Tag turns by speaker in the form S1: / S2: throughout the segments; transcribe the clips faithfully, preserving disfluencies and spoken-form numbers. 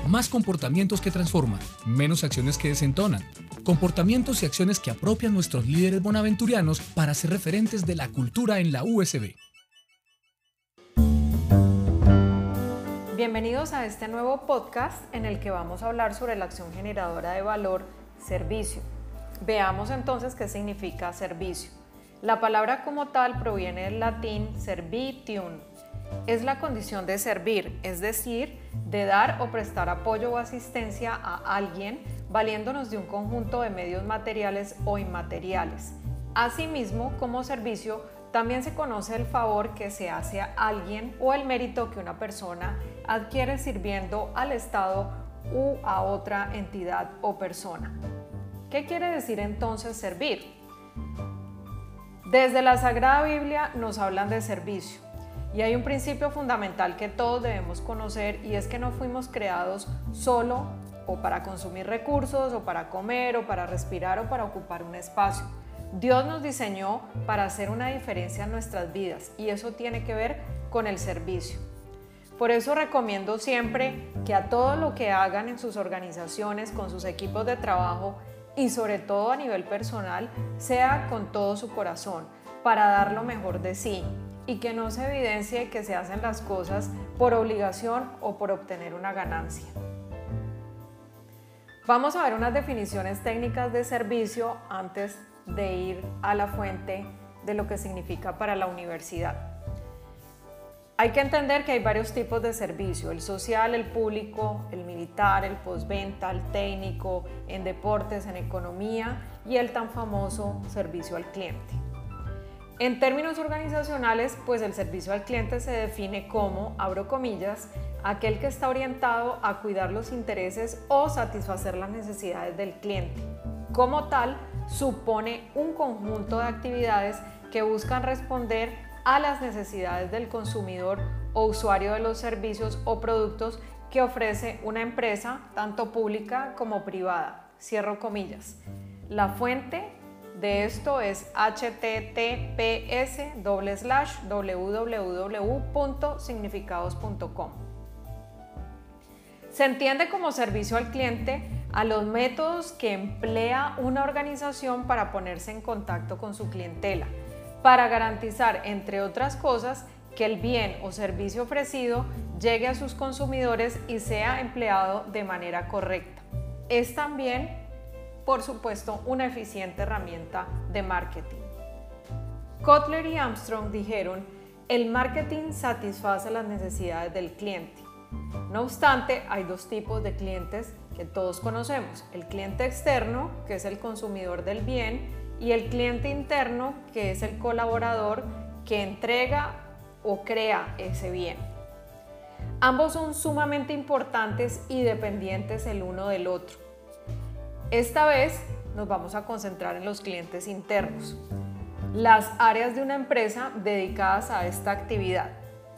S1: Más comportamientos que transforman, menos acciones que desentonan. Comportamientos y acciones que apropian nuestros líderes bonaventurianos para ser referentes de la cultura en la U S B.
S2: Bienvenidos a este nuevo podcast en el que vamos a hablar sobre la acción generadora de valor, servicio. Veamos entonces qué significa servicio. La palabra como tal proviene del latín servitium. Es la condición de servir, es decir, de dar o prestar apoyo o asistencia a alguien valiéndonos de un conjunto de medios materiales o inmateriales. Asimismo, como servicio, también se conoce el favor que se hace a alguien o el mérito que una persona adquiere sirviendo al Estado u a otra entidad o persona. ¿Qué quiere decir entonces servir? Desde la Sagrada Biblia nos hablan de servicio. Y hay un principio fundamental que todos debemos conocer y es que no fuimos creados solo o para consumir recursos o para comer o para respirar o para ocupar un espacio. Dios nos diseñó para hacer una diferencia en nuestras vidas y eso tiene que ver con el servicio. Por eso recomiendo siempre que a todo lo que hagan en sus organizaciones, con sus equipos de trabajo y sobre todo a nivel personal, sea con todo su corazón para dar lo mejor de sí. Y que no se evidencie que se hacen las cosas por obligación o por obtener una ganancia. Vamos a ver unas definiciones técnicas de servicio antes de ir a la fuente de lo que significa para la universidad. Hay que entender que hay varios tipos de servicio: el social, el público, el militar, el postventa, el técnico, en deportes, en economía y el tan famoso servicio al cliente. En términos organizacionales, pues el servicio al cliente se define como, abro comillas, aquel que está orientado a cuidar los intereses o satisfacer las necesidades del cliente. Como tal, supone un conjunto de actividades que buscan responder a las necesidades del consumidor o usuario de los servicios o productos que ofrece una empresa, tanto pública como privada. Cierro comillas. La fuente de esto es h t t p s doble slash w w w punto significados punto com. Se entiende como servicio al cliente a los métodos que emplea una organización para ponerse en contacto con su clientela, para garantizar, entre otras cosas, que el bien o servicio ofrecido llegue a sus consumidores y sea empleado de manera correcta. Es también, por supuesto, una eficiente herramienta de marketing. Kotler y Armstrong dijeron: el marketing satisface las necesidades del cliente. No obstante, hay dos tipos de clientes que todos conocemos: el cliente externo, que es el consumidor del bien, y el cliente interno, que es el colaborador que entrega o crea ese bien. Ambos son sumamente importantes y dependientes el uno del otro. Esta vez nos vamos a concentrar en los clientes internos, las áreas de una empresa dedicadas a esta actividad,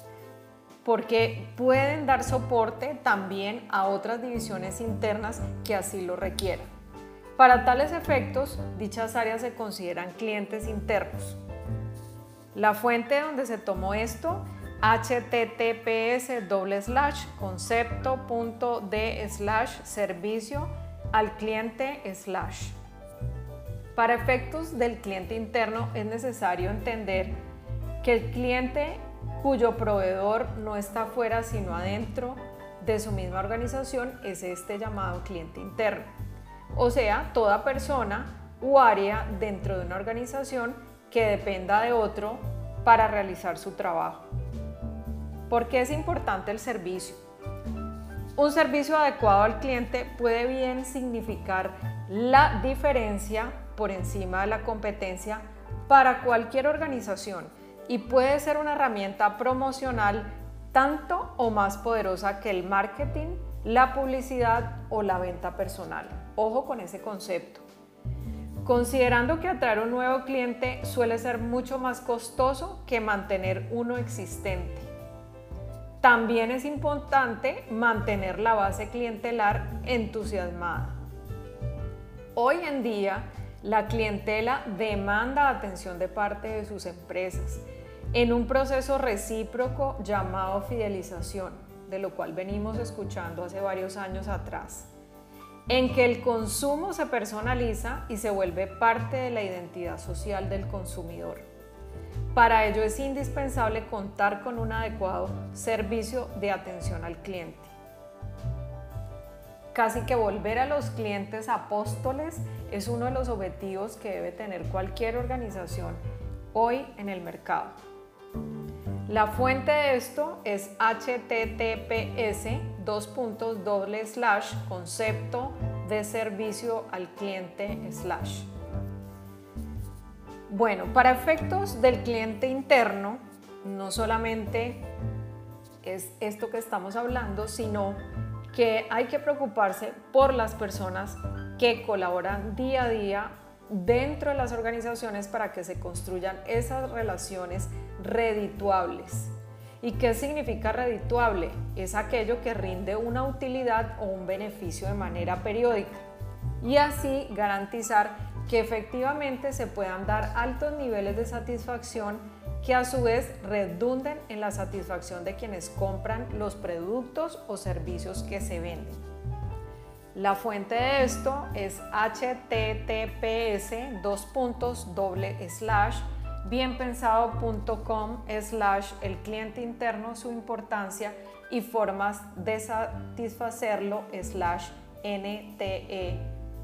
S2: porque pueden dar soporte también a otras divisiones internas que así lo requieran. Para tales efectos, dichas áreas se consideran clientes internos. La fuente donde se tomó esto, h t t p s doble slash concepto punto d slash servicio al cliente slash. Para efectos del cliente interno es necesario entender que el cliente cuyo proveedor no está fuera sino adentro de su misma organización es este llamado cliente interno. O sea, toda persona u área dentro de una organización que dependa de otro para realizar su trabajo. ¿Por qué es importante el servicio? Un servicio adecuado al cliente puede bien significar la diferencia por encima de la competencia para cualquier organización y puede ser una herramienta promocional tanto o más poderosa que el marketing, la publicidad o la venta personal. Ojo con ese concepto. Considerando que atraer un nuevo cliente suele ser mucho más costoso que mantener uno existente. También es importante mantener la base clientelar entusiasmada. Hoy en día, la clientela demanda atención de parte de sus empresas en un proceso recíproco llamado fidelización, de lo cual venimos escuchando hace varios años atrás, en que el consumo se personaliza y se vuelve parte de la identidad social del consumidor. Para ello es indispensable contar con un adecuado servicio de atención al cliente. Casi que volver a los clientes apóstoles es uno de los objetivos que debe tener cualquier organización hoy en el mercado. La fuente de esto es H T T P S dos puntos doble slash concepto de servicio al cliente slash. Bueno, para efectos del cliente interno, no solamente es esto que estamos hablando, sino que hay que preocuparse por las personas que colaboran día a día dentro de las organizaciones para que se construyan esas relaciones redituables. ¿Y qué significa redituable? Es aquello que rinde una utilidad o un beneficio de manera periódica y así garantizar que efectivamente se puedan dar altos niveles de satisfacción que a su vez redunden en la satisfacción de quienes compran los productos o servicios que se venden. La fuente de esto es H T T P S dos puntos doble slash bienpensado.com slash el cliente interno, su importancia y formas de satisfacerlo slash N T E.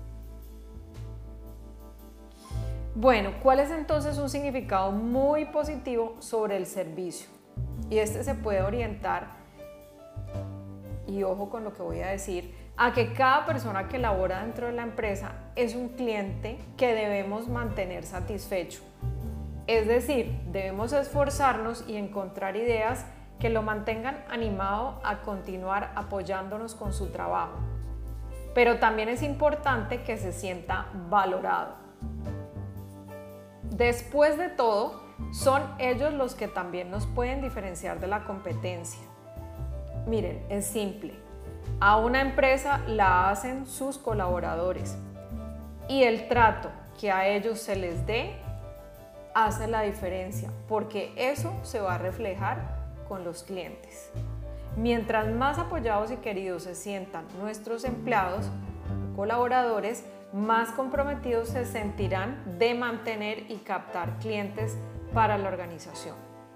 S2: Bueno, ¿cuál es entonces un significado muy positivo sobre el servicio? Y este se puede orientar, y ojo con lo que voy a decir, a que cada persona que labora dentro de la empresa es un cliente que debemos mantener satisfecho. Es decir, debemos esforzarnos y encontrar ideas que lo mantengan animado a continuar apoyándonos con su trabajo. Pero también es importante que se sienta valorado. Después de todo, son ellos los que también nos pueden diferenciar de la competencia. Miren, es simple. A una empresa la hacen sus colaboradores y el trato que a ellos se les dé hace la diferencia, porque eso se va a reflejar con los clientes. Mientras más apoyados y queridos se sientan nuestros empleados, colaboradores, más comprometidos se sentirán de mantener y captar clientes para la organización.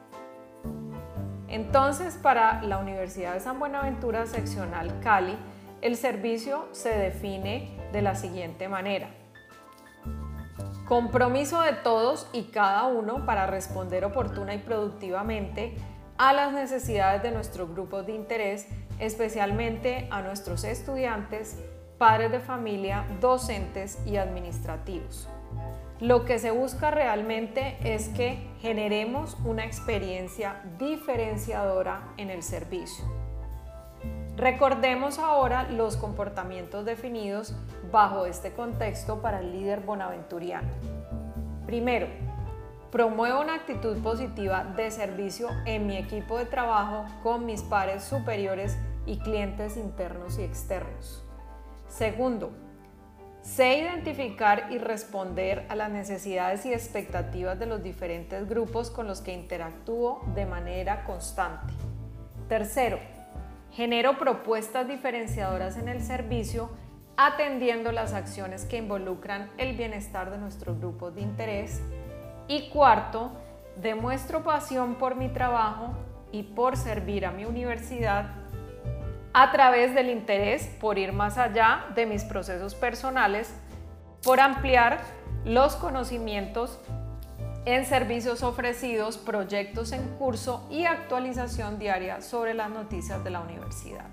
S2: Entonces, para la Universidad de San Buenaventura Seccional Cali, el servicio se define de la siguiente manera: compromiso de todos y cada uno para responder oportuna y productivamente a las necesidades de nuestros grupos de interés, especialmente a nuestros estudiantes, padres de familia, docentes y administrativos. Lo que se busca realmente es que generemos una experiencia diferenciadora en el servicio. Recordemos ahora los comportamientos definidos bajo este contexto para el líder bonaventuriano. Primero, promuevo una actitud positiva de servicio en mi equipo de trabajo con mis pares superiores y clientes internos y externos. Segundo, sé identificar y responder a las necesidades y expectativas de los diferentes grupos con los que interactúo de manera constante. Tercero, genero propuestas diferenciadoras en el servicio atendiendo las acciones que involucran el bienestar de nuestros grupos de interés. Y cuarto, demuestro pasión por mi trabajo y por servir a mi universidad a través del interés por ir más allá de mis procesos personales, por ampliar los conocimientos en servicios ofrecidos, proyectos en curso y actualización diaria sobre las noticias de la universidad.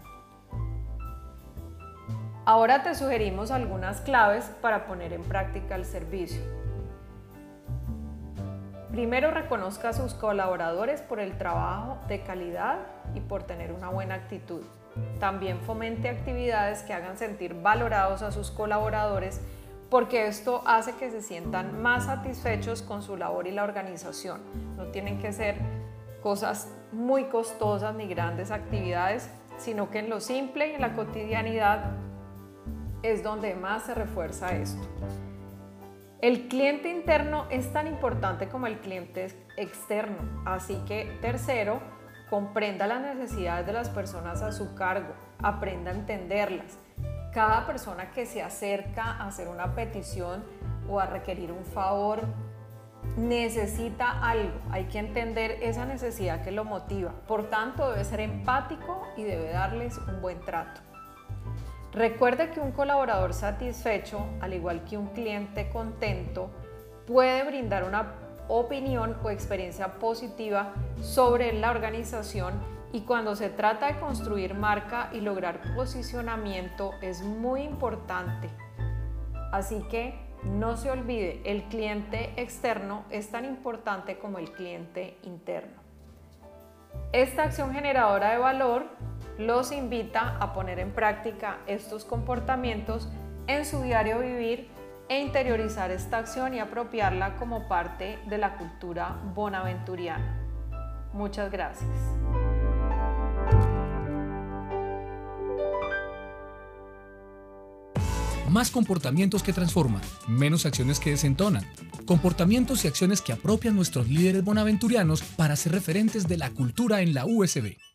S2: Ahora te sugerimos algunas claves para poner en práctica el servicio. Primero, reconozca a sus colaboradores por el trabajo de calidad y por tener una buena actitud. También fomente actividades que hagan sentir valorados a sus colaboradores, porque esto hace que se sientan más satisfechos con su labor y la organización. No tienen que ser cosas muy costosas ni grandes actividades, sino que en lo simple y en la cotidianidad es donde más se refuerza esto. El cliente interno es tan importante como el cliente externo, así que tercero, comprenda las necesidades de las personas a su cargo, aprenda a entenderlas. Cada persona que se acerca a hacer una petición o a requerir un favor necesita algo, hay que entender esa necesidad que lo motiva, por tanto debe ser empático y debe darles un buen trato. Recuerde que un colaborador satisfecho, al igual que un cliente contento, puede brindar una opinión o experiencia positiva sobre la organización, y cuando se trata de construir marca y lograr posicionamiento es muy importante. Así que no se olvide, el cliente externo es tan importante como el cliente interno. Esta acción generadora de valor los invita a poner en práctica estos comportamientos en su diario vivir e interiorizar esta acción y apropiarla como parte de la cultura bonaventuriana. Muchas gracias.
S1: Más comportamientos que transforman, menos acciones que desentonan. Comportamientos y acciones que apropian nuestros líderes bonaventurianos para ser referentes de la cultura en la U S B.